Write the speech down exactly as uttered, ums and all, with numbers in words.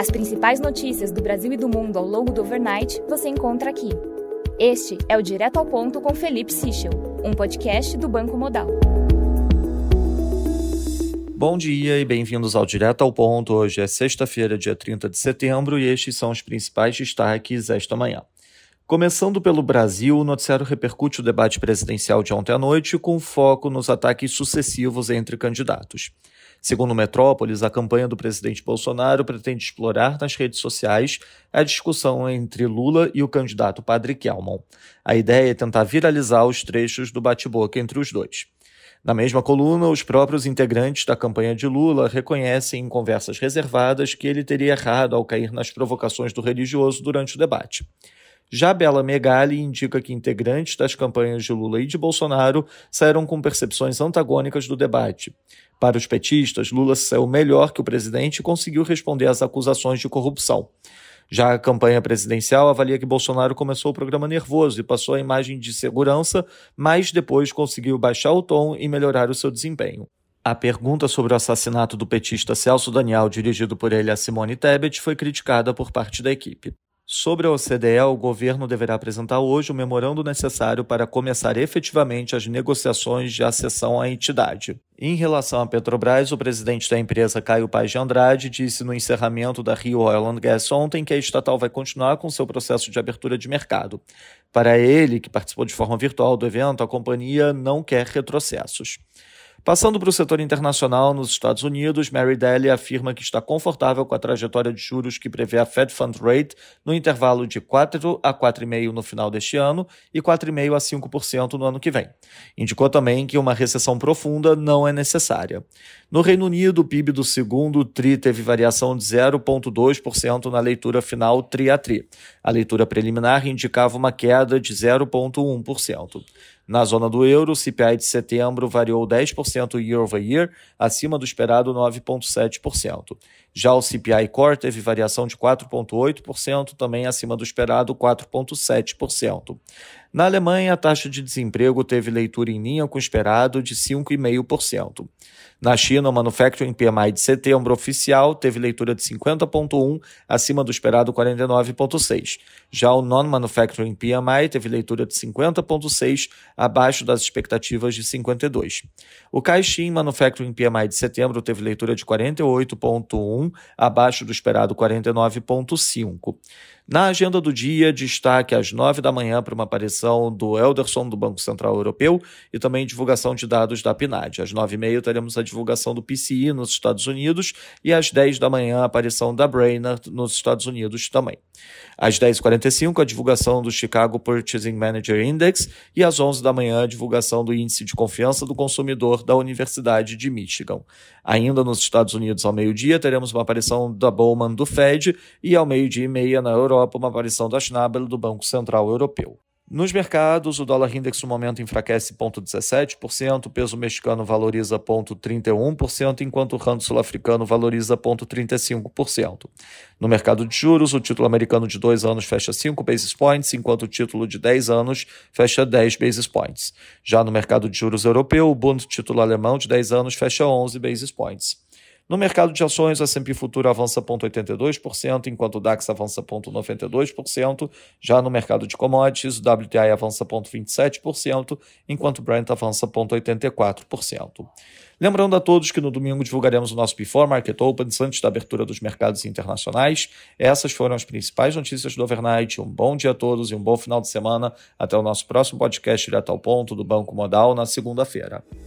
As principais notícias do Brasil e do mundo ao longo do overnight você encontra aqui. Este é o Direto ao Ponto com Felipe Sichel, um podcast do Banco Modal. Bom dia e bem-vindos ao Direto ao Ponto. Hoje é sexta-feira, dia trinta de setembro, e estes são os principais destaques esta manhã. Começando pelo Brasil, o noticiário repercute o debate presidencial de ontem à noite com foco nos ataques sucessivos entre candidatos. Segundo o Metrópolis, a campanha do presidente Bolsonaro pretende explorar nas redes sociais a discussão entre Lula e o candidato Padre Kelmon. A ideia é tentar viralizar os trechos do bate-boca entre os dois. Na mesma coluna, os próprios integrantes da campanha de Lula reconhecem em conversas reservadas que ele teria errado ao cair nas provocações do religioso durante o debate. Já Bela Megali indica que integrantes das campanhas de Lula e de Bolsonaro saíram com percepções antagônicas do debate. Para os petistas, Lula saiu melhor que o presidente e conseguiu responder às acusações de corrupção. Já a campanha presidencial avalia que Bolsonaro começou o programa nervoso e passou a imagem de segurança, mas depois conseguiu baixar o tom e melhorar o seu desempenho. A pergunta sobre o assassinato do petista Celso Daniel, dirigido por ele a Simone Tebet, foi criticada por parte da equipe. Sobre a O C D E, o governo deverá apresentar hoje o memorando necessário para começar efetivamente as negociações de acessão à entidade. Em relação à Petrobras, o presidente da empresa, Caio Paes de Andrade, disse no encerramento da Rio Oil and Gas ontem que a estatal vai continuar com seu processo de abertura de mercado. Para ele, que participou de forma virtual do evento, a companhia não quer retrocessos. Passando para o setor internacional, nos Estados Unidos, Mary Daly afirma que está confortável com a trajetória de juros que prevê a Fed Fund Rate no intervalo de quatro a quatro vírgula cinco por cento no final deste ano e quatro vírgula cinco por cento a cinco por cento no ano que vem. Indicou também que uma recessão profunda não é necessária. No Reino Unido, o P I B do segundo tri teve variação de zero vírgula dois por cento na leitura final tri a tri. A leitura preliminar indicava uma queda de zero vírgula um por cento. Na zona do euro, o C P I de setembro variou dez por cento year over year, acima do esperado nove vírgula sete por cento. Já o C P I Core teve variação de quatro vírgula oito por cento, também acima do esperado quatro vírgula sete por cento. Na Alemanha, a taxa de desemprego teve leitura em linha com o esperado de cinco vírgula cinco por cento. Na China, o Manufacturing P M I de setembro oficial teve leitura de cinquenta vírgula um, acima do esperado quarenta e nove vírgula seis. Já o Non-Manufacturing P M I teve leitura de cinquenta vírgula seis, abaixo das expectativas de cinquenta e dois. O Caixin Manufacturing P M I de setembro teve leitura de quarenta e oito vírgula um, abaixo do esperado quarenta e nove vírgula cinco. Na agenda do dia, destaque às nove da manhã para uma aparição do Elderson do Banco Central Europeu e também divulgação de dados da P N A D. Às nove e meia teremos a divulgação do P C I nos Estados Unidos e às dez da manhã a aparição da Brainerd nos Estados Unidos também. Às dez e quarenta e cinco a divulgação do Chicago Purchasing Manager Index e às onze da manhã a divulgação do Índice de Confiança do Consumidor da Universidade de Michigan. Ainda nos Estados Unidos ao meio-dia teremos uma aparição da Bowman do Fed e ao meio-dia e meia na Europa uma aparição da Schnabel do Banco Central Europeu. Nos mercados, o dólar index no momento enfraquece zero vírgula dezessete por cento, o peso mexicano valoriza zero vírgula trinta e um por cento, enquanto o rand sul-africano valoriza zero vírgula trinta e cinco por cento. No mercado de juros, o título americano de dois anos fecha cinco basis points, enquanto o título de dez anos fecha dez basis points. Já no mercado de juros europeu, o Bund título alemão de dez anos fecha onze basis points. No mercado de ações, o S and P Futuro avança zero vírgula oitenta e dois por cento, enquanto o DAX avança zero vírgula noventa e dois por cento. Já no mercado de commodities, o W T I avança zero vírgula vinte e sete por cento, enquanto o Brent avança zero vírgula oitenta e quatro por cento. Lembrando a todos que no domingo divulgaremos o nosso Before Market Opens antes da abertura dos mercados internacionais. Essas foram as principais notícias do overnight. Um bom dia a todos e um bom final de semana. Até o nosso próximo podcast Direto ao Ponto do Banco Modal na segunda-feira.